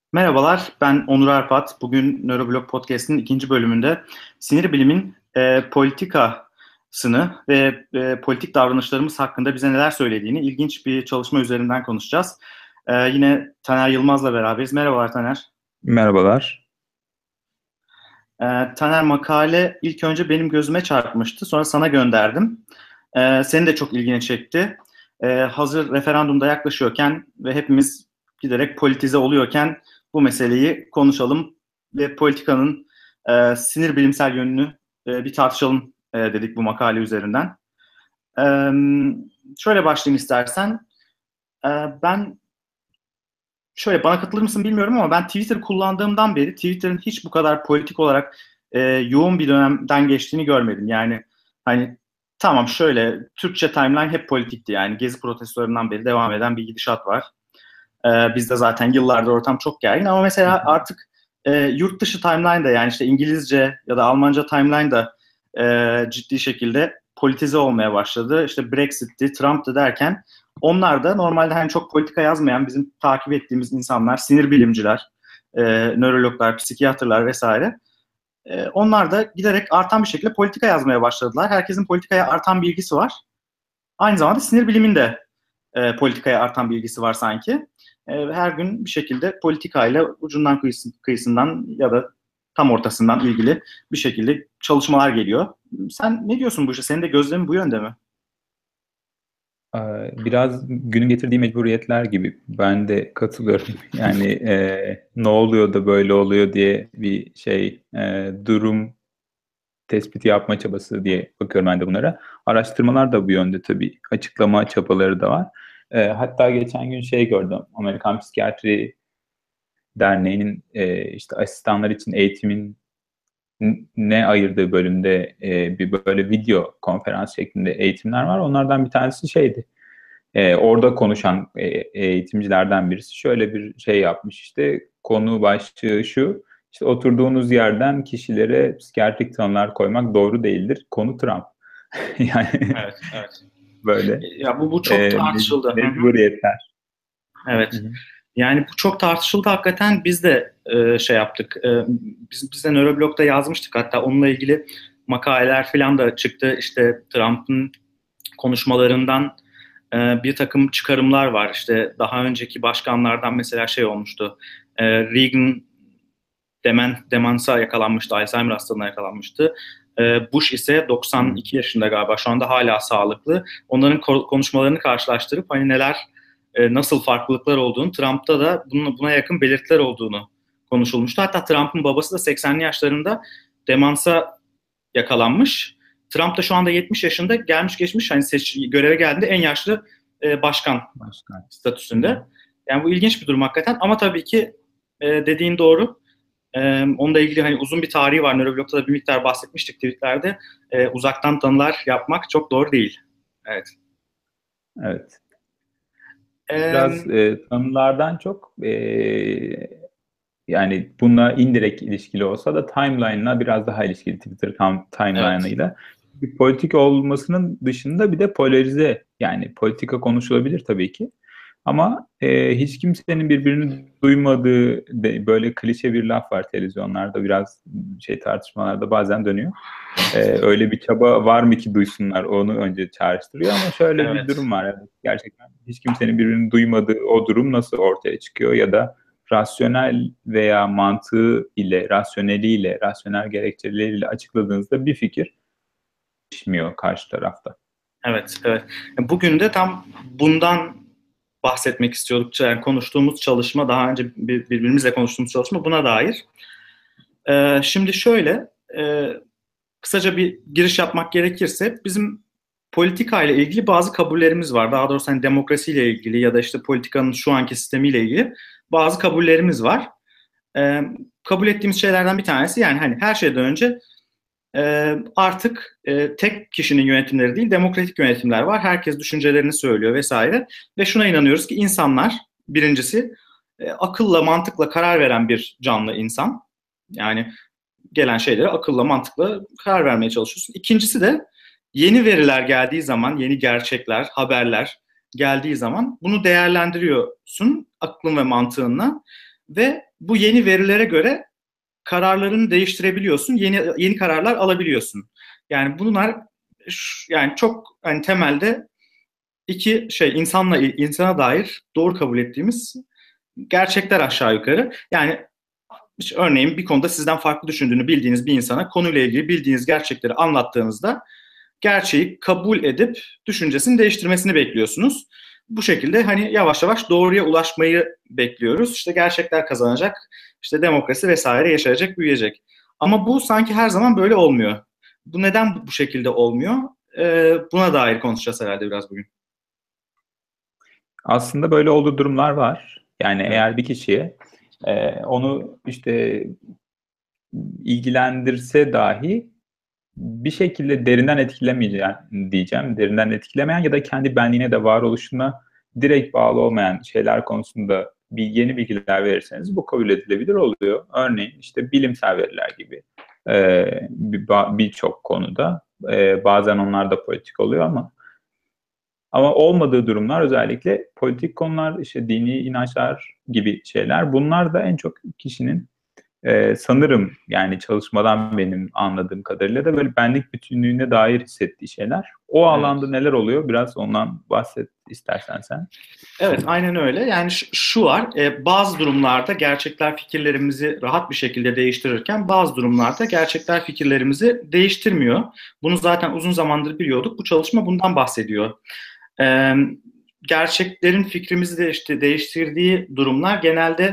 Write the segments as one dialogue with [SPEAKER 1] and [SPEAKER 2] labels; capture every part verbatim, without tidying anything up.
[SPEAKER 1] Merhabalar, ben Onur Arpat. Bugün Nöroblog Podcast'in ikinci bölümünde sinir bilimin e, politikasını ve e, politik davranışlarımız hakkında bize neler söylediğini ilginç bir çalışma üzerinden konuşacağız. E, yine Taner Yılmaz'la beraberiz. Merhabalar Taner.
[SPEAKER 2] Merhabalar.
[SPEAKER 1] E, Taner, makale ilk önce benim gözüme çarpmıştı. Sonra sana gönderdim. E, senin de çok ilgini çekti. E, hazır referandumda yaklaşıyorken ve hepimiz giderek politize oluyorken bu meseleyi konuşalım ve politikanın e, sinir bilimsel yönünü e, bir tartışalım e, dedik bu makale üzerinden. E, Şöyle başlayayım istersen. E, ben şöyle bana katılır mısın bilmiyorum ama ben Twitter kullandığımdan beri Twitter'ın hiç bu kadar politik olarak e, yoğun bir dönemden geçtiğini görmedim. Yani hani tamam, şöyle Türkçe timeline hep politikti, yani Gezi protestolarından beri devam eden bir gidişat var. E, bizde zaten yıllardır ortam çok gergin ama
[SPEAKER 2] Hı
[SPEAKER 1] mesela
[SPEAKER 2] hı.
[SPEAKER 1] artık e, yurt dışı timeline de, yani işte İngilizce ya da Almanca timeline de e, ciddi şekilde politize olmaya başladı. İşte Brexit'ti, Trump'tı derken onlar da normalde hani çok politika yazmayan bizim takip ettiğimiz insanlar, sinir bilimciler, e, nörologlar, psikiyatrlar vesaire. E, onlar da giderek artan bir şekilde politika yazmaya başladılar. Herkesin politikaya artan bilgisi var. Aynı zamanda sinir bilimin de e, politikaya artan bilgisi var sanki. E, her gün bir şekilde politikayla ucundan kıyısı, kıyısından ya da tam ortasından ilgili bir şekilde çalışmalar geliyor. Sen ne diyorsun bu işe? Senin de gözlemin bu yönde mi?
[SPEAKER 2] Ee, Biraz günün getirdiği mecburiyetler gibi ben de katılıyorum. Yani e, ne oluyor da böyle oluyor diye bir şey e, durum tespiti yapma çabası diye bakıyorum ben de bunlara. Araştırmalar da bu yönde tabii. Açıklama çabaları da var. E, hatta geçen gün şey gördüm. Amerikan Psikiyatri Derneği'nin e, işte asistanlar için eğitimin ne ayırdığı bölümde e, bir böyle video konferans şeklinde eğitimler var. Onlardan bir tanesi şeydi. E, orada konuşan e, eğitimcilerden birisi şöyle bir şey yapmış, işte konu başlığı şu: işte oturduğunuz yerden kişilere psikiyatrik tanılar koymak doğru değildir. Konu Trump. Yani
[SPEAKER 1] Evet, evet.
[SPEAKER 2] böyle
[SPEAKER 1] Ya bu bu çok
[SPEAKER 2] e, me-
[SPEAKER 1] tartışıldı. Hı hı.
[SPEAKER 2] mecburiyetler. Hı
[SPEAKER 1] Evet.
[SPEAKER 2] hı.
[SPEAKER 1] Yani bu çok tartışıldı hakikaten. Biz de e, şey yaptık. E, biz biz de Nöroblog'da yazmıştık. Hatta onunla ilgili makaleler falan da çıktı. İşte Trump'ın konuşmalarından e, bir takım çıkarımlar var. İşte daha önceki başkanlardan mesela şey olmuştu. E, Reagan demen, demansa yakalanmıştı, Alzheimer hastalığına yakalanmıştı. E, Bush ise doksan iki yaşında galiba, şu anda hala sağlıklı. Onların ko- konuşmalarını karşılaştırıp hani neler, e, nasıl farklılıklar olduğunu, Trump'ta da buna, buna yakın belirtiler olduğunu konuşulmuştu. Hatta Trump'ın babası da seksenli yaşlarında demansa yakalanmış. Trump da şu anda yetmiş yaşında, gelmiş geçmiş hani seç, göreve geldiğinde en yaşlı e, başkan
[SPEAKER 2] Başka. Hı hı.
[SPEAKER 1] statüsünde. Yani bu ilginç bir durum hakikaten ama tabii ki e, dediğin doğru. E, onunla ilgili hani uzun bir tarihi var. Nöroblog'da da bir miktar bahsetmiştik tweetlerde. E, uzaktan tanılar yapmak çok doğru değil. Evet.
[SPEAKER 2] Evet. Biraz
[SPEAKER 1] E,
[SPEAKER 2] e, tanımlardan çok e, yani bununla indirekt ilişkili olsa da timeline'la biraz daha ilişkili, Twitter tam-
[SPEAKER 1] evet.
[SPEAKER 2] timeline'ıyla. Bir politik olmasının dışında bir de polarize, yani politika konuşulabilir tabii ki. Ama e, hiç kimsenin birbirini duymadığı de, böyle klişe bir laf var televizyonlarda, biraz şey tartışmalarda bazen dönüyor. E, öyle bir çaba var mı ki duysunlar, onu önce çağrıştırıyor, ama şöyle bir
[SPEAKER 1] Evet.
[SPEAKER 2] durum var. Evet, gerçekten hiç kimsenin birbirini duymadığı o durum nasıl ortaya çıkıyor, ya da rasyonel veya mantığı ile, rasyoneliyle, rasyonel gerekçeleriyle açıkladığınızda bir fikir değişmiyor karşı tarafta.
[SPEAKER 1] Evet. Evet. Bugün de tam bundan bahsetmek istiyorduk. Yani konuştuğumuz çalışma, daha önce birbirimizle konuştuğumuz çalışma buna dair. Ee, şimdi şöyle, e, kısaca bir giriş yapmak gerekirse, bizim politika ile ilgili bazı kabullerimiz var. Daha doğrusu hani demokrasiyle ilgili ya da işte politikanın şu anki sistemiyle ilgili bazı kabullerimiz var. Ee, Kabul ettiğimiz şeylerden bir tanesi, yani hani her şeyden önce e, artık e, tek kişinin yönetimleri değil, demokratik yönetimler var. Herkes düşüncelerini söylüyor vesaire. Ve şuna inanıyoruz ki insanlar, birincisi, e, akılla, mantıkla karar veren bir canlı insan. Yani gelen şeylere akılla, mantıkla karar vermeye çalışıyorsun. İkincisi de yeni veriler geldiği zaman, yeni gerçekler, haberler geldiği zaman bunu değerlendiriyorsun aklın ve mantığınla ve bu yeni verilere göre kararlarını değiştirebiliyorsun, yeni yeni kararlar alabiliyorsun. Yani bunlar yani çok hani temelde iki şey insanla insana dair doğru kabul ettiğimiz gerçekler aşağı yukarı. Yani işte örneğin bir konuda sizden farklı düşündüğünü bildiğiniz bir insana konuyla ilgili bildiğiniz gerçekleri anlattığınızda gerçeği kabul edip düşüncesini değiştirmesini bekliyorsunuz. Bu şekilde hani yavaş yavaş doğruya ulaşmayı bekliyoruz. İşte gerçekler kazanacak, işte demokrasi vesaire yaşayacak, büyüyecek. Ama bu sanki her zaman böyle olmuyor. Bu neden bu şekilde olmuyor? Ee, buna dair konuşacağız herhalde biraz bugün.
[SPEAKER 2] Aslında böyle olduğu durumlar var. Yani
[SPEAKER 1] Evet.
[SPEAKER 2] eğer bir kişiye e, onu işte ilgilendirse dahi bir şekilde derinden etkilemeyeceğim diyeceğim. Derinden etkilemeyen ya da kendi benliğine de varoluşuna direkt bağlı olmayan şeyler konusunda bir yeni bilgiler verirseniz bu kabul edilebilir oluyor. Örneğin işte bilimsel veriler gibi e, birçok bir konuda e, bazen onlar da politik oluyor ama ama olmadığı durumlar özellikle politik konular, işte dini inançlar gibi şeyler. Bunlar da en çok kişinin e, sanırım yani çalışmadan benim anladığım kadarıyla da böyle benlik bütünlüğüne dair hissettiği şeyler. O
[SPEAKER 1] Evet.
[SPEAKER 2] alanda neler oluyor? Biraz ondan bahset istersen sen.
[SPEAKER 1] Evet, aynen öyle. Yani şu, şu var, e, bazı durumlarda gerçekler fikirlerimizi rahat bir şekilde değiştirirken bazı durumlarda gerçekler fikirlerimizi değiştirmiyor. Bunu zaten uzun zamandır biliyorduk. Bu çalışma bundan bahsediyor. E, Gerçeklerin fikrimizi de işte değiştirdiği durumlar genelde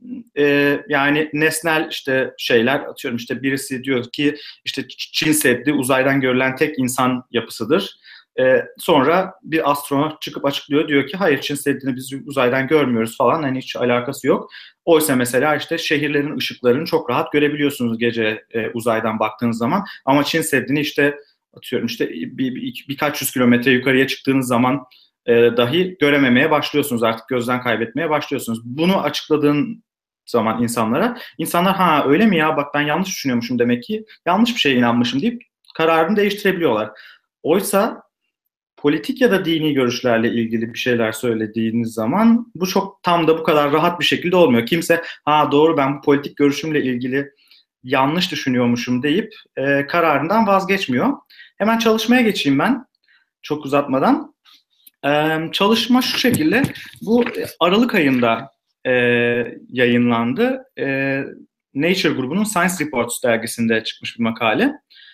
[SPEAKER 1] e, yani nesnel işte şeyler, atıyorum işte birisi diyor ki işte Çin Seddi uzaydan görülen tek insan yapısıdır. Ee, sonra bir astronot çıkıp açıklıyor, diyor ki hayır, Çin Seddi'ni biz uzaydan görmüyoruz falan, hani hiç alakası yok. Oysa mesela işte şehirlerin ışıklarını çok rahat görebiliyorsunuz gece e, uzaydan baktığınız zaman, ama Çin Seddi'ni işte atıyorum işte bir, bir, birkaç yüz kilometre yukarıya çıktığınız zaman e, dahi görememeye başlıyorsunuz, artık gözden kaybetmeye başlıyorsunuz. Bunu açıkladığın zaman insanlara, insanlar ha öyle mi ya, bak ben yanlış düşünüyormuşum, demek ki yanlış bir şeye inanmışım deyip kararını değiştirebiliyorlar. Oysa politik ya da dini görüşlerle ilgili bir şeyler söylediğiniz zaman bu çok tam da bu kadar rahat bir şekilde olmuyor. Kimse ha doğru, ben bu politik görüşümle ilgili yanlış düşünüyormuşum deyip e, kararından vazgeçmiyor. Hemen çalışmaya geçeyim ben çok uzatmadan. E, çalışma şu şekilde, bu Aralık ayında e, yayınlandı. E, Nature grubunun Science Reports dergisinde çıkmış bir makale.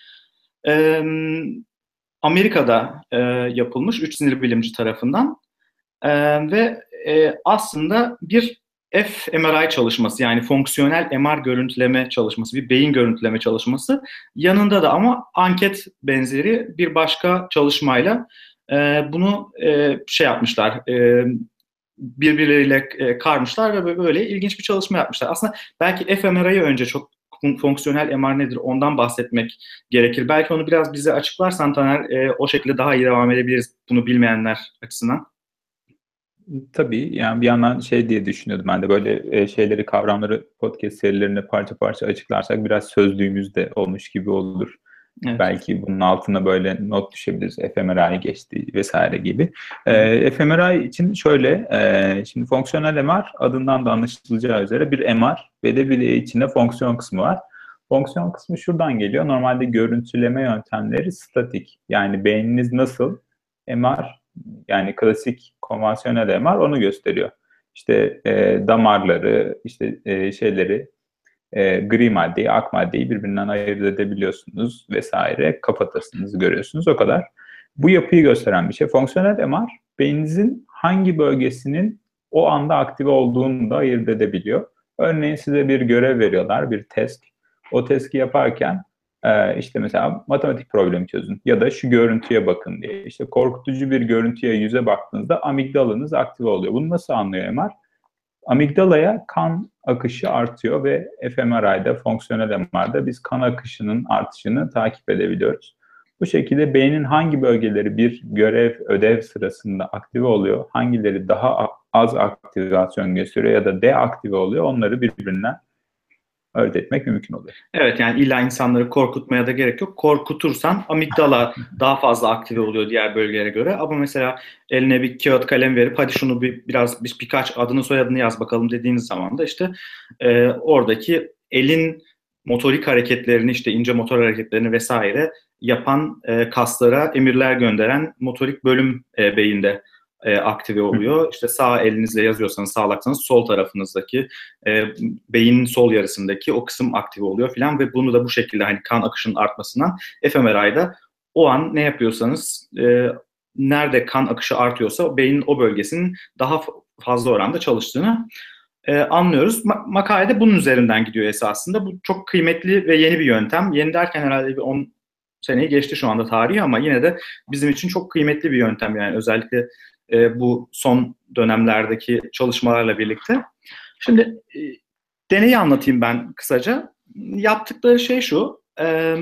[SPEAKER 1] E, Amerika'da e, yapılmış üç sinir bilimci tarafından e, ve e, aslında bir F M R I çalışması, yani fonksiyonel M R görüntüleme çalışması, bir beyin görüntüleme çalışması. Yanında da ama anket benzeri bir başka çalışmayla e, bunu e, şey yapmışlar, e, birbirleriyle e, karmışlar ve böyle ilginç bir çalışma yapmışlar. Aslında belki F M R I'yi önce çok fonksiyonel M R nedir ondan bahsetmek gerekir. Belki onu biraz bize açıklarsan Taner, e, o şekilde daha iyi devam edebiliriz bunu bilmeyenler açısından.
[SPEAKER 2] Tabii yani bir yandan şey diye düşünüyordum ben de, böyle e, şeyleri, kavramları podcast serilerine parça parça açıklarsak biraz sözlüğümüz de olmuş gibi olur.
[SPEAKER 1] Evet.
[SPEAKER 2] Belki bunun altına böyle not düşebiliriz. F M R I geçti vesaire gibi. E, F M R I için şöyle, e, şimdi fonksiyonel M R adından da anlaşılacağı üzere bir M R ve de bir de içinde fonksiyon kısmı var. Fonksiyon kısmı şuradan geliyor. Normalde görüntüleme yöntemleri statik. Yani beyniniz nasıl M R, yani klasik konvansiyonel M R onu gösteriyor. İşte e, damarları, işte e, şeyleri, e, gri maddeyi, ak maddeyi birbirinden ayırt edebiliyorsunuz vesaire. Kafatasınızı görüyorsunuz, o kadar. Bu yapıyı gösteren bir şey. Fonksiyonel M R beyninizin hangi bölgesinin o anda aktive olduğunu da ayırt edebiliyor. Örneğin size bir görev veriyorlar, bir test. O testi yaparken e, işte mesela matematik problemi çözün ya da şu görüntüye bakın diye. İşte korkutucu bir görüntüye, yüze baktığınızda amigdalanız aktive oluyor. Bunu nasıl anlıyor M R? Amigdalaya kan akışı artıyor ve F M R I'de, fonksiyonel M R'da biz kan akışının artışını takip edebiliyoruz. Bu şekilde beynin hangi bölgeleri bir görev, ödev sırasında aktive oluyor, hangileri daha az aktivasyon gösteriyor ya da deaktive oluyor, onları birbirinden ayırt etmek mümkün oluyor.
[SPEAKER 1] Evet, yani illa insanları korkutmaya da gerek yok. Korkutursan amigdala daha fazla aktive oluyor diğer bölgelere göre. Ama mesela eline bir kağıt kalem verip hadi şunu bir, biraz bir, birkaç adını soyadını yaz bakalım dediğiniz zaman da işte e, oradaki elin motorik hareketlerini, işte ince motor hareketlerini vesaire yapan e, kaslara emirler gönderen motorik bölüm e, beyinde e, aktive oluyor. İşte sağ elinizle yazıyorsanız, sağlaksanız sol tarafınızdaki e, beynin sol yarısındaki o kısım aktive oluyor filan ve bunu da bu şekilde hani kan akışının artmasından F M R I'da o an ne yapıyorsanız e, nerede kan akışı artıyorsa beynin o bölgesinin daha fazla oranda çalıştığını e, anlıyoruz. Ma- makalede bunun üzerinden gidiyor esasında. Bu çok kıymetli ve yeni bir yöntem. Yeni derken herhalde bir on seneyi geçti şu anda tarihi ama yine de bizim için çok kıymetli bir yöntem yani özellikle e, bu son dönemlerdeki çalışmalarla birlikte. Şimdi e, deneyi anlatayım ben kısaca. Yaptıkları şey şu, e,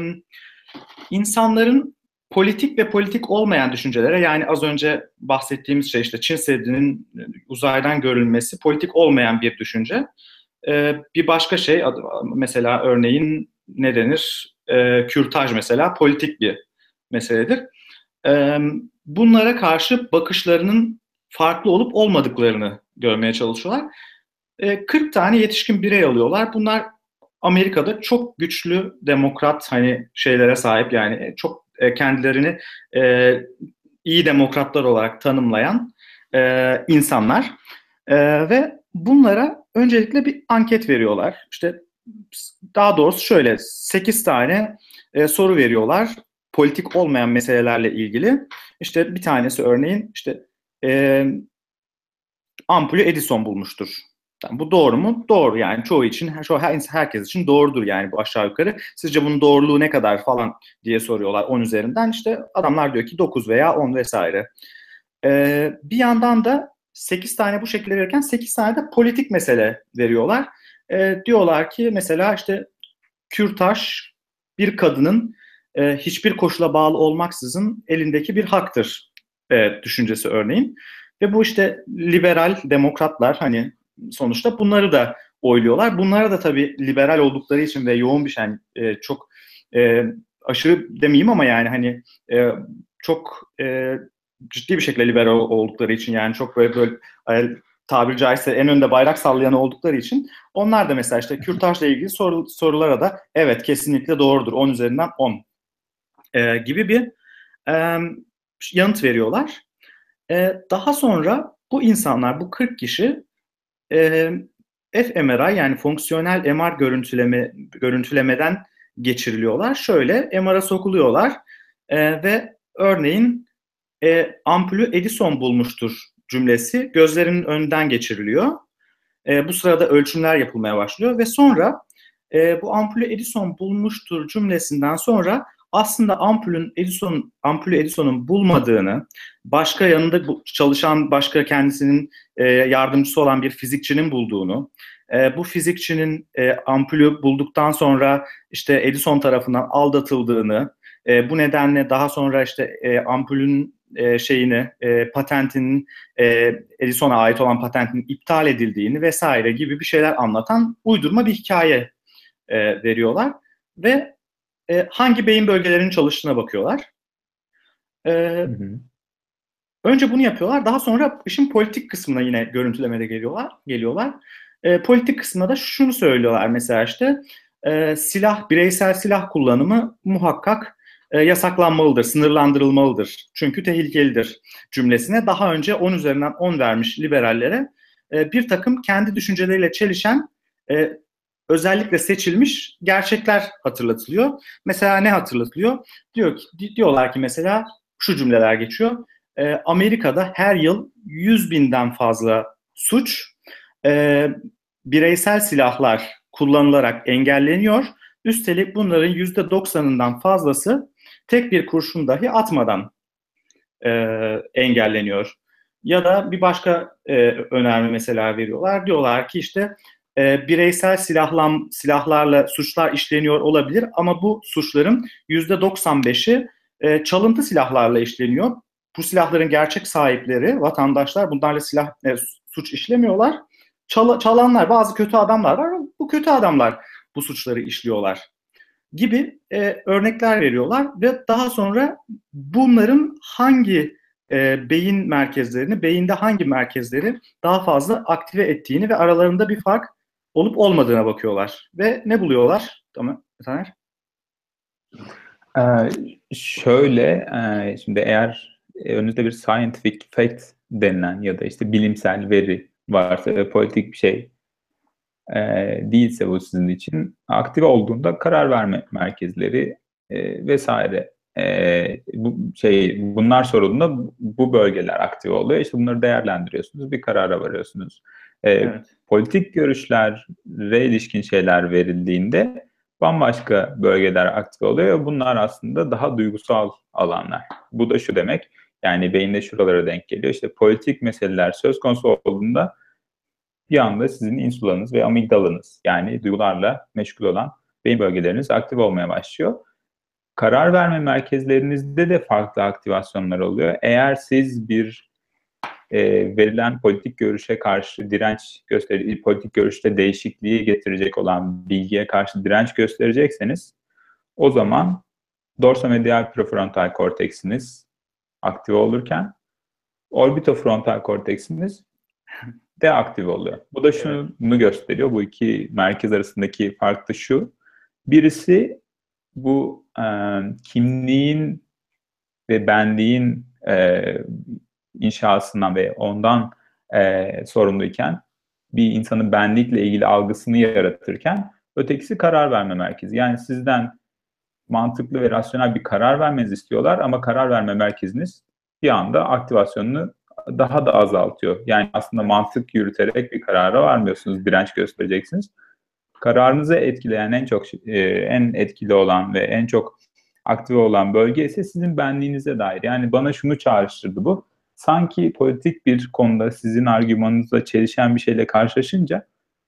[SPEAKER 1] insanların politik ve politik olmayan düşüncelere, yani az önce bahsettiğimiz şey işte Çin Seddi'nin uzaydan görülmesi politik olmayan bir düşünce. E, bir başka şey mesela örneğin ne denir? E, kürtaj mesela politik bir meseledir. E, bunlara karşı bakışlarının farklı olup olmadıklarını görmeye çalışıyorlar. E, kırk tane yetişkin birey alıyorlar. Bunlar Amerika'da çok güçlü demokrat hani şeylere sahip, yani çok e, kendilerini e, iyi demokratlar olarak tanımlayan e, insanlar. E, ve bunlara öncelikle bir anket veriyorlar. İşte daha doğrusu şöyle sekiz tane e, soru veriyorlar politik olmayan meselelerle ilgili. İşte bir tanesi örneğin işte e, ampulü Edison bulmuştur. Yani bu doğru mu? Doğru, yani çoğu için, çoğu herkes için doğrudur yani bu aşağı yukarı. Sizce bunun doğruluğu ne kadar falan diye soruyorlar on üzerinden. İşte adamlar diyor ki dokuz veya on vesaire. Ee, bir yandan da sekiz tane bu şekilde verirken sekiz tane de politik mesele veriyorlar. Ee, diyorlar ki mesela işte kürtaj bir kadının e, hiçbir koşula bağlı olmaksızın elindeki bir haktır e, düşüncesi örneğin. Ve bu işte liberal demokratlar hani sonuçta bunları da oyluyorlar. Bunlara da tabii liberal oldukları için ve yoğun bir şey yani, e, çok e, aşırı demeyeyim ama yani hani e, çok e, ciddi bir şekilde liberal oldukları için, yani çok böyle, böyle e, tabiri caizse en önde bayrak sallayan oldukları için onlar da mesela işte kürtajla ilgili soru, sorulara da evet kesinlikle doğrudur on üzerinden on e, gibi bir e, yanıt veriyorlar. E, daha sonra bu insanlar, bu kırk kişi e, F M R I yani fonksiyonel M R görüntüleme görüntülemeden geçiriliyorlar. Şöyle M R'a sokuluyorlar e, ve örneğin e, ampulü Edison bulmuştur cümlesi gözlerinin önünden geçiriliyor. E, bu sırada ölçümler yapılmaya başlıyor ve sonra e, bu ampulü Edison bulmuştur cümlesinden sonra aslında ampulün Edison ampulü Edison'un bulmadığını, başka yanında çalışan başka kendisinin e, yardımcısı olan bir fizikçinin bulduğunu, e, bu fizikçinin e, ampulü bulduktan sonra işte Edison tarafından aldatıldığını, e, bu nedenle daha sonra işte e, ampulün e, şeyini, e, patentinin e, Edison'a ait olan patentinin iptal edildiğini vesaire gibi bir şeyler anlatan uydurma bir hikaye e, veriyorlar ve e, hangi beyin bölgelerinin çalıştığına bakıyorlar. E, hı hı. Önce bunu yapıyorlar. Daha sonra işin politik kısmına yine görüntülemede geliyorlar. geliyorlar. E, politik kısmına da şunu söylüyorlar mesela işte e, silah, bireysel silah kullanımı muhakkak e, yasaklanmalıdır, sınırlandırılmalıdır. Çünkü tehlikelidir cümlesine daha önce on üzerinden on vermiş liberallere e, bir takım kendi düşünceleriyle çelişen e, özellikle seçilmiş gerçekler hatırlatılıyor. Mesela ne hatırlatılıyor? Diyor ki, diyorlar ki mesela şu cümleler geçiyor. E, Amerika'da her yıl yüz binden fazla suç e, bireysel silahlar kullanılarak engelleniyor. Üstelik bunların yüzde doksanından fazlası tek bir kurşun dahi atmadan e, engelleniyor. Ya da bir başka e, önerme mesela veriyorlar. Diyorlar ki işte e, bireysel silahlan, silahlarla suçlar işleniyor olabilir ama bu suçların yüzde doksan beşi e, çalıntı silahlarla işleniyor. Bu silahların gerçek sahipleri, vatandaşlar bunlarla silah e, suç işlemiyorlar. Çal, çalanlar, bazı kötü adamlar var. Bu kötü adamlar bu suçları işliyorlar gibi e, örnekler veriyorlar ve daha sonra bunların hangi e, beyin merkezlerini, beyinde hangi merkezleri daha fazla aktive ettiğini ve aralarında bir fark olup olmadığına bakıyorlar. Ve ne buluyorlar? Tamam, Taner?
[SPEAKER 2] Ee, şöyle, e, şimdi eğer önünüzde bir scientific fact denilen ya da işte bilimsel veri varsa ve politik bir şey e, değilse bu sizin için aktive olduğunda karar verme merkezleri e, vesaire e, bu şey bunlar sorulduğunda bu bölgeler aktive oluyor. İşte bunları değerlendiriyorsunuz, bir karara varıyorsunuz. E,
[SPEAKER 1] Evet.
[SPEAKER 2] Politik görüşlere ilişkin şeyler verildiğinde bambaşka bölgeler aktive oluyor. Bunlar aslında daha duygusal alanlar. Bu da şu demek, yani beyinde şuralara denk geliyor. İşte politik meseleler söz konusu olduğunda bir anda sizin insulanız ve amigdalanız, yani duygularla meşgul olan beyin bölgeleriniz aktif olmaya başlıyor. Karar verme merkezlerinizde de farklı aktivasyonlar oluyor. Eğer siz bir e, verilen politik görüşe karşı direnç gösteri, politik görüşte değişikliği getirecek olan bilgiye karşı direnç gösterecekseniz, o zaman dorsomedial prefrontal korteksiniz aktive olurken orbitofrontal korteksiniz deaktive oluyor. Bu da şunu evet. gösteriyor. Bu iki merkez arasındaki fark da şu. Birisi bu e, kimliğin ve benliğin e, inşasından ve ondan e, sorumluyken, bir insanın benlikle ilgili algısını yaratırken, ötekisi karar verme merkezi. Yani sizden mantıklı ve rasyonel bir karar vermenizi istiyorlar ama karar verme merkeziniz bir anda aktivasyonunu daha da azaltıyor. Yani aslında mantık yürüterek bir karara varmıyorsunuz, direnç göstereceksiniz. Kararınızı etkileyen en çok e, en etkili olan ve en çok aktive olan bölge ise sizin benliğinize dair. Yani bana şunu çağrıştırdı bu. Sanki politik bir konuda sizin argümanınızla çelişen bir şeyle karşılaşınca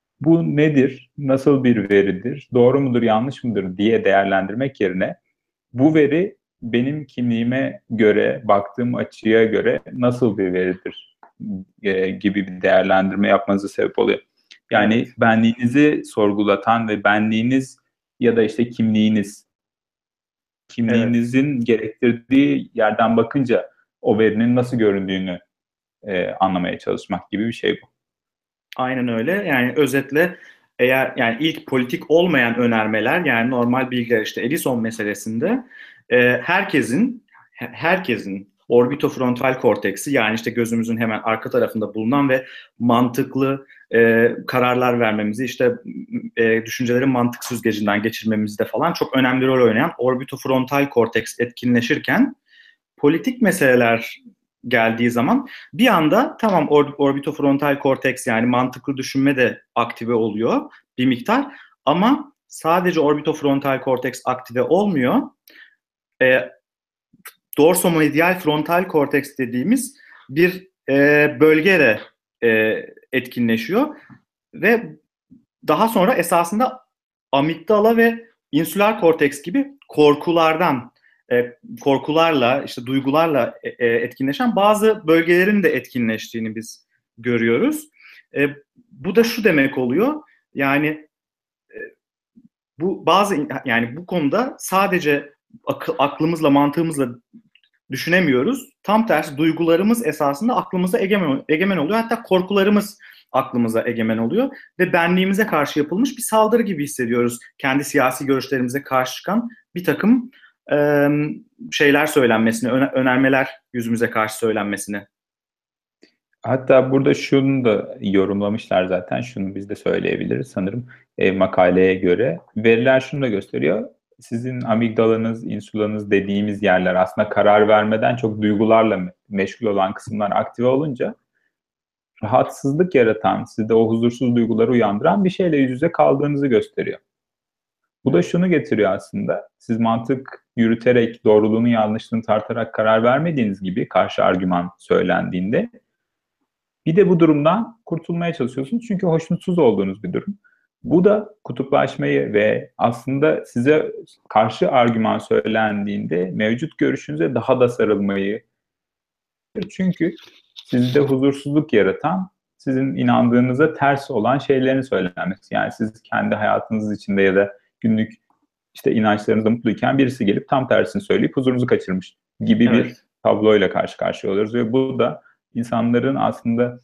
[SPEAKER 2] bu nedir, nasıl bir veridir, doğru mudur, yanlış mıdır diye değerlendirmek yerine bu veri benim kimliğime göre, baktığım açıya göre nasıl bir veridir e, gibi bir değerlendirme yapmanıza sebep oluyor. Yani evet. benliğinizi sorgulatan ve benliğiniz ya da işte kimliğiniz, kimliğinizin evet. gerektirdiği yerden bakınca o verinin nasıl göründüğünü e, anlamaya çalışmak gibi bir şey bu.
[SPEAKER 1] Aynen öyle. Yani özetle eğer yani ilk politik olmayan önermeler, yani normal bilgiler, işte Edison meselesinde e, herkesin herkesin orbitofrontal korteksi, yani işte gözümüzün hemen arka tarafında bulunan ve mantıklı e, kararlar vermemizi, işte e, düşüncelerin mantık süzgecinden geçirmemizde falan çok önemli rol oynayan orbitofrontal korteks etkinleşirken, politik meseleler geldiği zaman bir anda tamam or- orbitofrontal korteks, yani mantıklı düşünme de aktive oluyor bir miktar, ama sadece orbitofrontal korteks aktive olmuyor. E, dorsomedial frontal korteks dediğimiz bir e, bölge de e, etkinleşiyor ve daha sonra esasında amigdala ve insüler korteks gibi korkulardan, e, korkularla, işte duygularla e, e, etkinleşen bazı bölgelerin de etkinleştiğini biz görüyoruz. E, bu da şu demek oluyor, yani e, bu bazı yani bu konuda sadece akıl, aklımızla, mantığımızla düşünemiyoruz. Tam tersi, duygularımız esasında aklımıza egemen, egemen oluyor. Hatta korkularımız aklımıza egemen oluyor ve benliğimize karşı yapılmış bir saldırı gibi hissediyoruz. Kendi siyasi görüşlerimize karşı çıkan bir takım e, şeyler söylenmesini, öner- önermeler yüzümüze karşı söylenmesini.
[SPEAKER 2] Hatta burada şunu da yorumlamışlar zaten, şunu biz de söyleyebiliriz sanırım e, makaleye göre. Veriler şunu da gösteriyor. Sizin amigdalanız, insulanız dediğimiz yerler aslında karar vermeden çok duygularla meşgul olan kısımlar aktive olunca rahatsızlık yaratan, sizde o huzursuz duyguları uyandıran bir şeyle yüz yüze kaldığınızı gösteriyor. Bu da şunu getiriyor aslında. Siz mantık yürüterek, doğruluğunu yanlışlığını tartarak karar vermediğiniz gibi karşı argüman söylendiğinde, bir de bu durumdan kurtulmaya çalışıyorsunuz. Çünkü hoşnutsuz olduğunuz bir durum. Bu da kutuplaşmayı ve aslında size karşı argüman söylendiğinde mevcut görüşünüze daha da sarılmayı. Çünkü sizde huzursuzluk yaratan, sizin inandığınıza ters olan şeylerin söylenmesi. Yani siz kendi hayatınız içinde ya da günlük işte inançlarınızda mutluyken birisi gelip tam tersini söyleyip huzurunuzu kaçırmış gibi
[SPEAKER 1] Evet.
[SPEAKER 2] bir tabloyla karşı karşıya oluyoruz. Ve bu da insanların aslında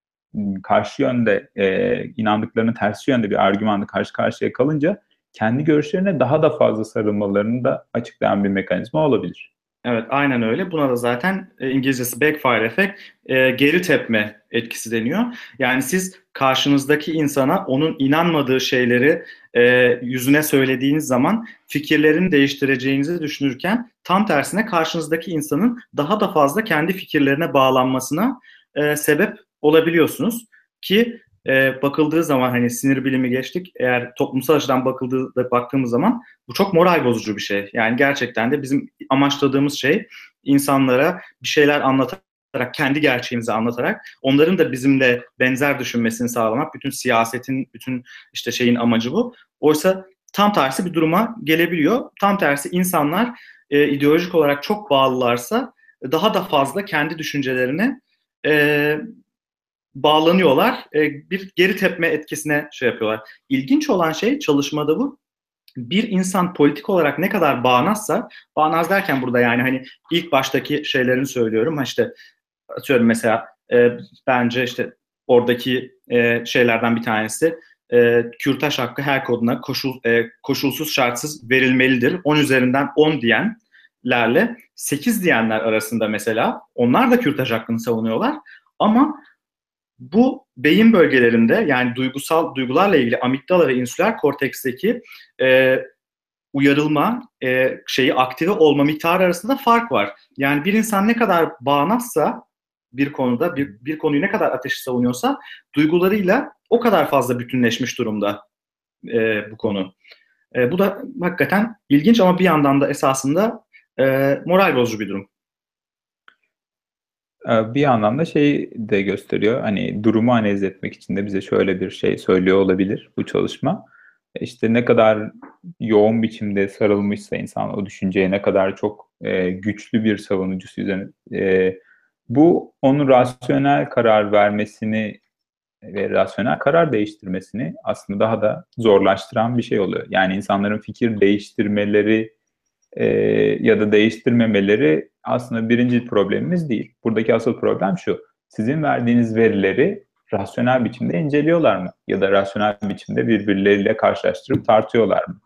[SPEAKER 2] karşı yönde e, inandıklarının tersi yönde bir argümanla karşı karşıya kalınca kendi görüşlerine daha da fazla sarılmalarını da açıklayan bir mekanizma olabilir.
[SPEAKER 1] Evet, aynen öyle. Buna da zaten e, İngilizcesi backfire effect, e, geri tepme etkisi deniyor. Yani siz karşınızdaki insana onun inanmadığı şeyleri e, yüzüne söylediğiniz zaman fikirlerini değiştireceğinizi düşünürken tam tersine karşınızdaki insanın daha da fazla kendi fikirlerine bağlanmasına e, sebep olabiliyorsunuz. Ki e, bakıldığı zaman hani sinir bilimi geçtik. Eğer toplumsal açıdan bakıldığı baktığımız zaman bu çok moral bozucu bir şey. Yani gerçekten de bizim amaçladığımız şey insanlara bir şeyler anlatarak, kendi gerçeğimizi anlatarak onların da bizimle benzer düşünmesini sağlamak. Bütün siyasetin, bütün işte şeyin amacı bu. Oysa tam tersi bir duruma gelebiliyor. Tam tersi insanlar e, ideolojik olarak çok bağlılarsa daha da fazla kendi düşüncelerine e, bağlanıyorlar. E, bir geri tepme etkisine şey yapıyorlar. İlginç olan şey çalışmada bu. Bir insan politik olarak ne kadar bağnazsa, bağnaz derken burada yani hani ilk baştaki şeylerini söylüyorum. Ha işte atıyorum mesela e, bence işte oradaki e, şeylerden bir tanesi e, kürtaj hakkı her kadına koşul, e, koşulsuz şartsız verilmelidir. on üzerinden on diyenlerle sekiz diyenler arasında mesela onlar da kürtaj hakkını savunuyorlar. Ama bu beyin bölgelerinde yani duygusal duygularla ilgili amigdala ve insüler korteksteki e, uyarılma e, şeyi aktive olma miktarı arasında fark var. Yani bir insan ne kadar bağnazsa bir konuda bir, bir konuyu ne kadar ateşi savunuyorsa duygularıyla o kadar fazla bütünleşmiş durumda e, bu konu. E, bu da hakikaten ilginç ama bir yandan da esasında e, moral bozucu bir durum.
[SPEAKER 2] Bir yandan da şey de gösteriyor. Hani durumu analiz etmek için de bize şöyle bir şey söylüyor olabilir bu çalışma. İşte ne kadar yoğun biçimde sarılmışsa insan o düşünceye ne kadar çok e, güçlü bir savunucusu üzerine e, bu onun rasyonel karar vermesini ve rasyonel karar değiştirmesini aslında daha da zorlaştıran bir şey oluyor. Yani insanların fikir değiştirmeleri e, ya da değiştirmemeleri aslında birinci problemimiz değil. Buradaki asıl problem şu: sizin verdiğiniz verileri rasyonel biçimde inceliyorlar mı? Ya da rasyonel biçimde birbirleriyle karşılaştırıp tartıyorlar mı?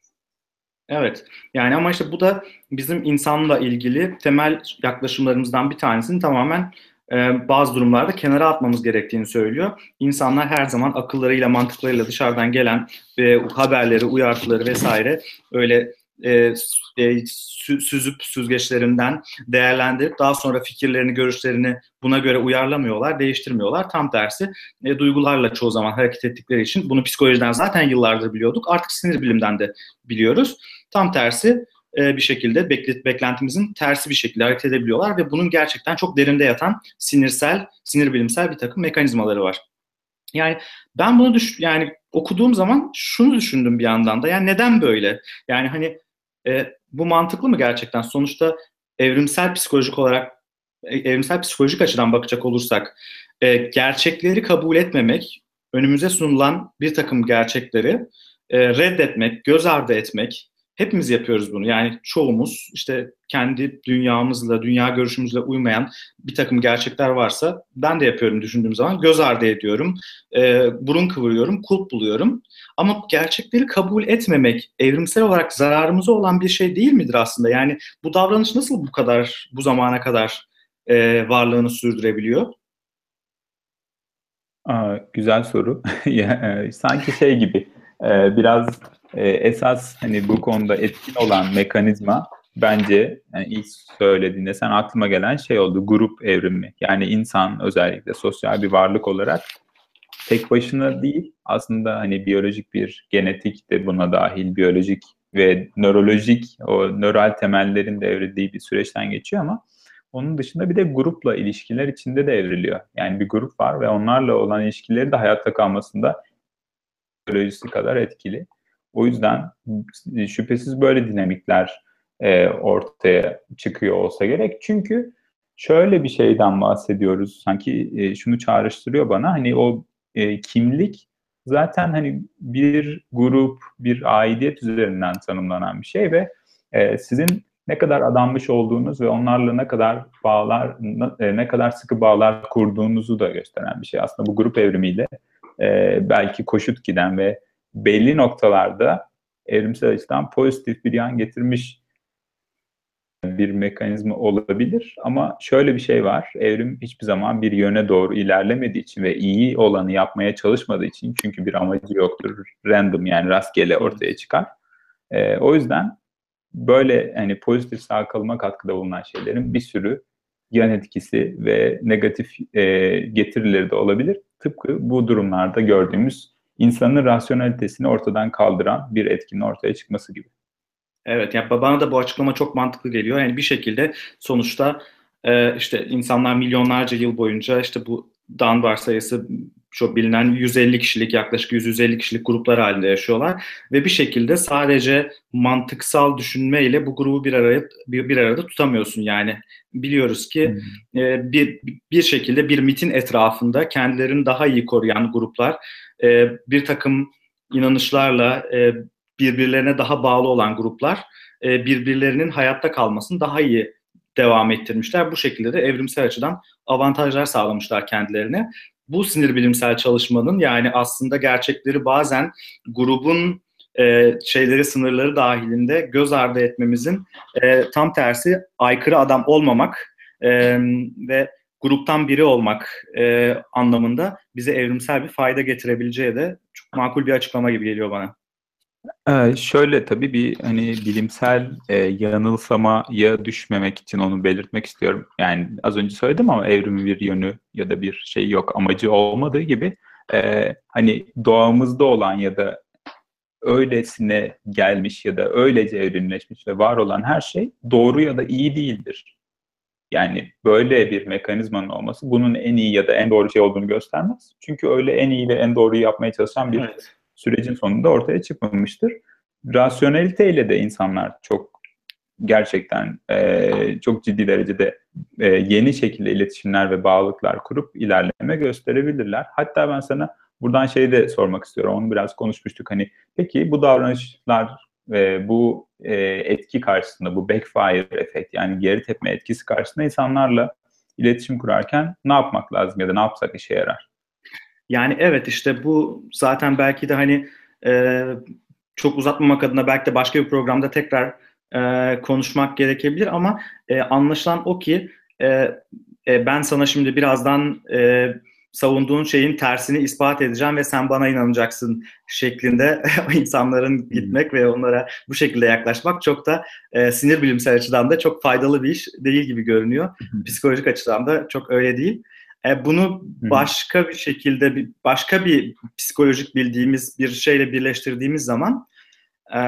[SPEAKER 1] Evet. Yani ama işte bu da bizim insanla ilgili temel yaklaşımlarımızdan bir tanesini tamamen e, bazı durumlarda kenara atmamız gerektiğini söylüyor. İnsanlar her zaman akıllarıyla, mantıklarıyla dışarıdan gelen e, haberleri, uyartıları vesaire öyle e, e, süzüp süzgeçlerinden değerlendirip daha sonra fikirlerini, görüşlerini buna göre uyarlamıyorlar, değiştirmiyorlar. Tam tersi e, duygularla çoğu zaman hareket ettikleri için bunu psikolojiden zaten yıllardır biliyorduk. Artık sinir bilimden de biliyoruz. Tam tersi e, bir şekilde beklet, beklentimizin tersi bir şekilde hareket edebiliyorlar ve bunun gerçekten çok derinde yatan sinirsel, sinir bilimsel bir takım mekanizmaları var. Yani ben bunu düş yani okuduğum zaman şunu düşündüm bir yandan da. Yani neden böyle? Yani hani e, bu mantıklı mı gerçekten? Sonuçta evrimsel psikolojik olarak e, evrimsel psikolojik açıdan bakacak olursak e, gerçekleri kabul etmemek, önümüze sunulan bir takım gerçekleri e, reddetmek, göz ardı etmek, hepimiz yapıyoruz bunu. Yani çoğumuz işte kendi dünyamızla, dünya görüşümüzle uymayan bir takım gerçekler varsa ben de yapıyorum düşündüğüm zaman göz ardı ediyorum, e, burun kıvırıyorum, kulp buluyorum. Ama gerçekleri kabul etmemek evrimsel olarak zararımıza olan bir şey değil midir aslında? Yani bu davranış nasıl bu kadar, bu zamana kadar e, varlığını sürdürebiliyor?
[SPEAKER 2] Aa, güzel soru. Ya, e, sanki şey gibi e, biraz e, esas hani bu konuda etkin olan mekanizma bence yani ilk söylediğinde sen aklıma gelen şey oldu: grup evrimi. Yani insan özellikle sosyal bir varlık olarak tek başına değil aslında hani biyolojik bir genetik de buna dahil, biyolojik ve nörolojik o nöral temellerin de evrildiği bir süreçten geçiyor ama onun dışında bir de grupla ilişkiler içinde de evriliyor. Yani bir grup var ve onlarla olan ilişkileri de hayatta kalmasında biyolojisi kadar etkili. O yüzden şüphesiz böyle dinamikler e, ortaya çıkıyor olsa gerek. Çünkü şöyle bir şeyden bahsediyoruz. Sanki e, şunu çağrıştırıyor bana. Hani o e, kimlik zaten hani bir grup, bir aidiyet üzerinden tanımlanan bir şey ve e, sizin ne kadar adanmış olduğunuz ve onlarla ne kadar bağlar, ne, ne kadar sıkı bağlar kurduğunuzu da gösteren bir şey. Aslında bu grup evrimiyle e, belki koşut giden ve belli noktalarda evrimsel açıdan pozitif bir yan getirmiş bir mekanizma olabilir. Ama şöyle bir şey var. Evrim hiçbir zaman bir yöne doğru ilerlemediği için ve iyi olanı yapmaya çalışmadığı için, çünkü bir amacı yoktur. Random, yani rastgele ortaya çıkar. Ee, o yüzden böyle hani pozitif sağ kalıma katkıda bulunan şeylerin bir sürü yan etkisi ve negatif e, getirileri de olabilir. Tıpkı bu durumlarda gördüğümüz insanın rasyonalitesini ortadan kaldıran bir etkinin ortaya çıkması gibi.
[SPEAKER 1] Evet, yani bana da bu açıklama çok mantıklı geliyor. Yani bir şekilde sonuçta e, işte insanlar milyonlarca yıl boyunca işte bu Dan varsayısı çok bilinen yüz elli kişilik, yaklaşık yüz yüz elli kişilik gruplar halinde yaşıyorlar ve bir şekilde sadece mantıksal düşünmeyle bu grubu bir araya bir, bir arada tutamıyorsun. Yani biliyoruz ki
[SPEAKER 2] Hmm.
[SPEAKER 1] e, bir bir şekilde bir mitin etrafında kendilerini daha iyi koruyan gruplar e, bir takım inanışlarla e, birbirlerine daha bağlı olan gruplar e, birbirlerinin hayatta kalmasını daha iyi devam ettirmişler. Bu şekilde de evrimsel açıdan avantajlar sağlamışlar kendilerine. Bu sinir bilimsel çalışmanın, yani aslında gerçekleri bazen grubun e, şeyleri, sınırları dahilinde göz ardı etmemizin e, tam tersi, aykırı adam olmamak e, ve gruptan biri olmak e, anlamında bize evrimsel bir fayda getirebileceği de çok makul bir açıklama gibi geliyor bana.
[SPEAKER 2] Ee, şöyle tabii bir hani bilimsel e, yanılsamaya düşmemek için onu belirtmek istiyorum. Yani az önce söyledim ama evrimin bir yönü ya da bir şey yok, amacı olmadığı gibi e, hani doğamızda olan ya da öylesine gelmiş ya da öylece evrimleşmiş ve var olan her şey doğru ya da iyi değildir. Yani böyle bir mekanizmanın olması bunun en iyi ya da en doğru şey olduğunu göstermez. Çünkü öyle en iyi ve en doğruyu yapmaya çalışan bir
[SPEAKER 1] Evet.
[SPEAKER 2] sürecin sonunda ortaya çıkmamıştır. Rasyoneliteyle de insanlar çok gerçekten e, çok ciddi derecede e, yeni şekilde iletişimler ve bağlılıklar kurup ilerleme gösterebilirler. Hatta ben sana buradan şeyi de sormak istiyorum. Onu biraz konuşmuştuk. Hani peki bu davranışlar ve bu e, etki karşısında, bu backfire efekt, yani geri tepme etkisi karşısında insanlarla iletişim kurarken ne yapmak lazım ya da ne yapsak işe yarar?
[SPEAKER 1] Yani evet, işte bu zaten belki de hani e, çok uzatmamak adına belki de başka bir programda tekrar e, konuşmak gerekebilir ama e, anlaşılan o ki e, e, ben sana şimdi birazdan e, savunduğun şeyin tersini ispat edeceğim ve sen bana inanacaksın şeklinde insanların gitmek ve onlara bu şekilde yaklaşmak çok da e, sinir bilimsel açıdan da çok faydalı bir iş değil gibi görünüyor. Psikolojik açıdan da çok öyle değil. E, bunu başka bir şekilde, bir başka bir psikolojik bildiğimiz bir şeyle birleştirdiğimiz zaman e,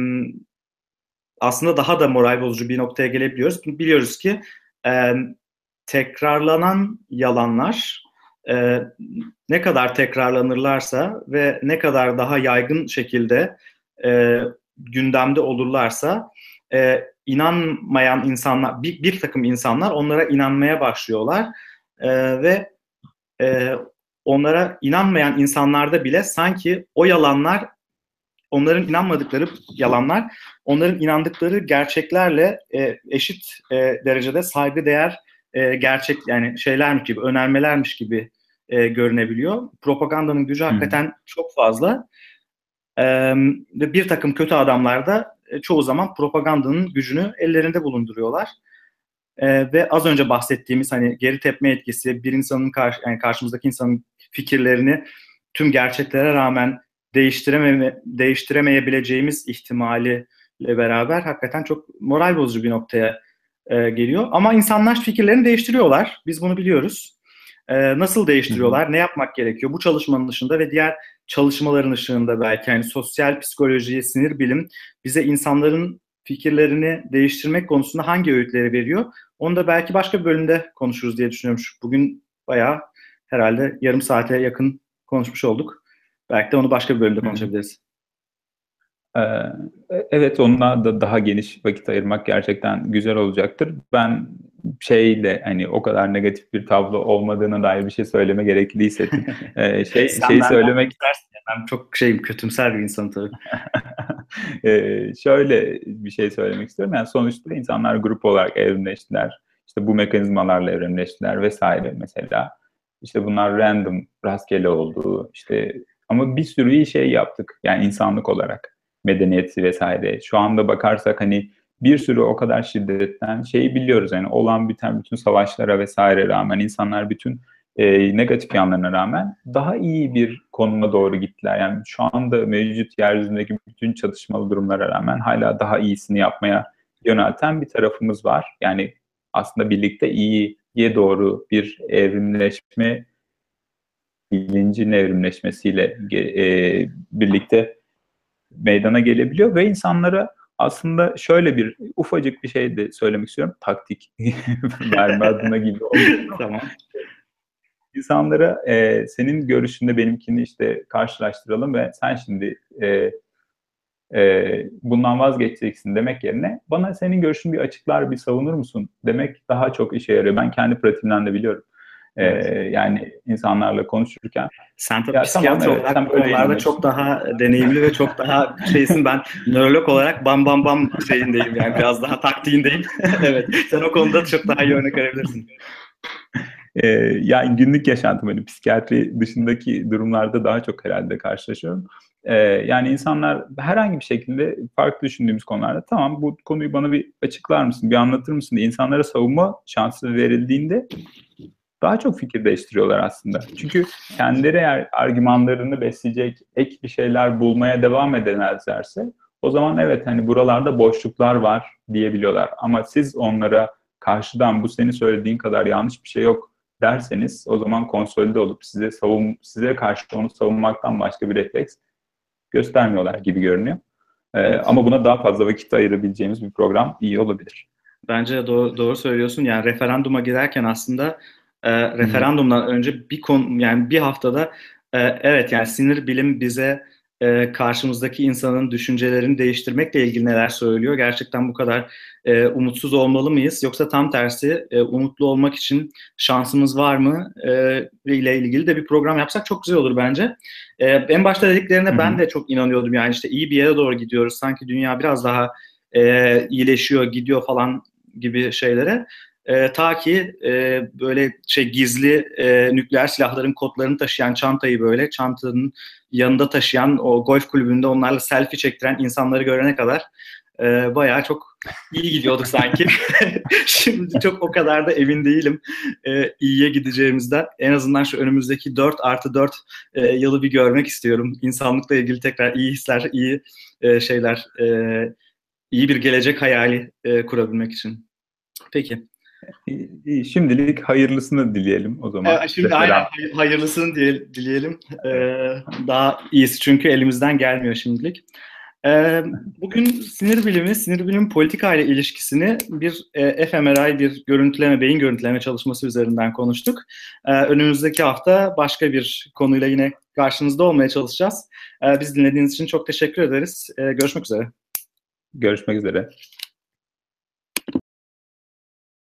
[SPEAKER 1] aslında daha da moral bozucu bir noktaya gelebiliyoruz. Biliyoruz ki e, tekrarlanan yalanlar e, ne kadar tekrarlanırlarsa ve ne kadar daha yaygın şekilde e, gündemde olurlarsa e, inanmayan insanlar, bir, bir takım insanlar onlara inanmaya başlıyorlar e, ve e, onlara inanmayan insanlarda bile sanki o yalanlar, onların inanmadıkları yalanlar, onların inandıkları gerçeklerle e, eşit e, derecede saygıdeğer e, gerçek, yani şeylermiş gibi, önermelermiş gibi e, görünebiliyor. Propagandanın gücü
[SPEAKER 2] Hı hı.
[SPEAKER 1] hakikaten çok fazla. E, ve bir takım kötü adamlar da e, çoğu zaman propagandanın gücünü ellerinde bulunduruyorlar. E, ve az önce bahsettiğimiz hani geri tepme etkisi, bir insanın karşı, yani karşımızdaki insanın fikirlerini tüm gerçeklere rağmen değiştirememe, değiştiremeyebileceğimiz ihtimaliyle beraber hakikaten çok moral bozucu bir noktaya e, geliyor. Ama insanlar fikirlerini değiştiriyorlar. Biz bunu biliyoruz. E, nasıl
[SPEAKER 2] Hı hı.
[SPEAKER 1] değiştiriyorlar? Ne yapmak gerekiyor? Bu çalışmanın dışında ve diğer çalışmaların ışığında belki yani sosyal psikoloji, sinir bilim bize insanların fikirlerini değiştirmek konusunda hangi öğütleri veriyor? Onu da belki başka bir bölümde konuşuruz diye düşünüyorum. Bugün bayağı herhalde yarım saate yakın konuşmuş olduk. Belki de onu başka bir bölümde
[SPEAKER 2] Hı hı.
[SPEAKER 1] konuşabiliriz.
[SPEAKER 2] Ee, Evet, onunla da daha geniş vakit ayırmak gerçekten güzel olacaktır. Ben şeyle hani o kadar negatif bir tablo olmadığına dair bir şey söyleme gerekli hissettim. Ee, şey
[SPEAKER 1] Sen
[SPEAKER 2] şeyi
[SPEAKER 1] benden
[SPEAKER 2] söylemek
[SPEAKER 1] istersin. Ben çok şeyim, kötümser bir insanım tabii.
[SPEAKER 2] Ee, şöyle bir şey söylemek istiyorum. Yani sonuçta insanlar grup olarak evrimleştiler. İşte bu mekanizmalarla evrimleştiler vesaire mesela. İşte bunlar random, rastgele oldu. İşte ama bir sürü iyi şey yaptık. Yani insanlık olarak medeniyeti vesaire. Şu anda bakarsak hani bir sürü o kadar şiddetten şeyi biliyoruz. Yani olan biten bütün savaşlara vesaire rağmen insanlar bütün e, negatif yanlarına rağmen daha iyi bir konuma doğru gittiler. Yani şu anda mevcut yeryüzündeki bütün çatışmalı durumlara rağmen hala daha iyisini yapmaya yönelten bir tarafımız var. Yani aslında birlikte iyiye doğru bir evrimleşme, bilincin evrimleşmesiyle e, birlikte meydana gelebiliyor ve insanlara aslında şöyle bir ufacık bir şey de söylemek istiyorum. Taktik verme adına gibi olmuyor.
[SPEAKER 1] Tamam.
[SPEAKER 2] İnsanlara e, senin görüşünde benimkini işte karşılaştıralım ve sen şimdi e, e, bundan vazgeçeceksin demek yerine bana senin görüşünü bir açıklar, bir savunur musun demek daha çok işe yarıyor. Ben kendi pratiğimden de biliyorum. E,
[SPEAKER 1] Evet.
[SPEAKER 2] Yani insanlarla konuşurken
[SPEAKER 1] Sen tabii
[SPEAKER 2] ya tamam
[SPEAKER 1] psikiyatr
[SPEAKER 2] evet
[SPEAKER 1] olarak
[SPEAKER 2] sen
[SPEAKER 1] bu
[SPEAKER 2] böyle
[SPEAKER 1] konularda çok
[SPEAKER 2] inanıyorsun.
[SPEAKER 1] daha deneyimli ve çok daha şeysin. Ben nörolog olarak bam bam bam şeyindeyim, yani biraz daha taktiğindeyim. Evet, sen o konuda çok daha iyi örnek verebilirsin.
[SPEAKER 2] Ee, yani günlük yaşantım hani psikiyatri dışındaki durumlarda daha çok herhalde karşılaşıyorum. Ee, yani insanlar herhangi bir şekilde farklı düşündüğümüz konularda tamam bu konuyu bana bir açıklar mısın, bir anlatır mısın diye insanlara savunma şansı verildiğinde daha çok fikir değiştiriyorlar aslında. Çünkü kendileri eğer argümanlarını besleyecek ek bir şeyler bulmaya devam edemezlerse o zaman evet hani buralarda boşluklar var diyebiliyorlar. Ama siz onlara karşıdan bu senin söylediğin kadar yanlış bir şey yok derseniz o zaman konsolide olup size savun size karşı onu savunmaktan başka bir refleks göstermiyorlar gibi görünüyor. Ee,
[SPEAKER 1] Evet.
[SPEAKER 2] ama buna daha fazla vakit ayırabileceğimiz bir program iyi olabilir.
[SPEAKER 1] Bence doğru, doğru söylüyorsun. Yani referanduma giderken aslında e,
[SPEAKER 2] Hı hı.
[SPEAKER 1] referandumdan önce bir konu, yani bir haftada e, evet, yani sinir bilim bize e, karşımızdaki insanın düşüncelerini değiştirmekle ilgili neler söylüyor? Gerçekten bu kadar e, umutsuz olmalı mıyız? Yoksa tam tersi e, umutlu olmak için şansımız var mı? E, ile ilgili de bir program yapsak çok güzel olur bence. E, en başta
[SPEAKER 2] Hı
[SPEAKER 1] dediklerine ben
[SPEAKER 2] hı.
[SPEAKER 1] de çok inanıyordum. Yani işte iyi bir yere doğru gidiyoruz. Sanki dünya biraz daha e, iyileşiyor, gidiyor falan gibi şeylere. E, ta ki e, böyle şey gizli e, nükleer silahların kodlarını taşıyan çantayı, böyle çantanın yanında taşıyan o golf kulübünde onlarla selfie çektiren insanları görene kadar e, bayağı çok iyi gidiyorduk sanki. Şimdi çok o kadar da emin değilim e, iyiye gideceğimizden. En azından şu önümüzdeki dört artı dört e, yılı bir görmek istiyorum. İnsanlıkla ilgili tekrar iyi hisler, iyi e, şeyler, e, iyi bir gelecek hayali e, kurabilmek için. Peki.
[SPEAKER 2] İyi, iyi. Şimdilik hayırlısını dileyelim o zaman.
[SPEAKER 1] E, şimdi aynen
[SPEAKER 2] Referans.
[SPEAKER 1] hay- hayırlısını diye, dileyelim. E, daha iyisi çünkü elimizden gelmiyor şimdilik. E, bugün sinir bilimi, sinir bilimi politika ile ilişkisini bir e, fMRI, bir görüntüleme, beyin görüntüleme çalışması üzerinden konuştuk. E, önümüzdeki hafta başka bir konuyla yine karşınızda olmaya çalışacağız. E, biz dinlediğiniz için çok teşekkür ederiz. E, görüşmek üzere.
[SPEAKER 2] Görüşmek üzere.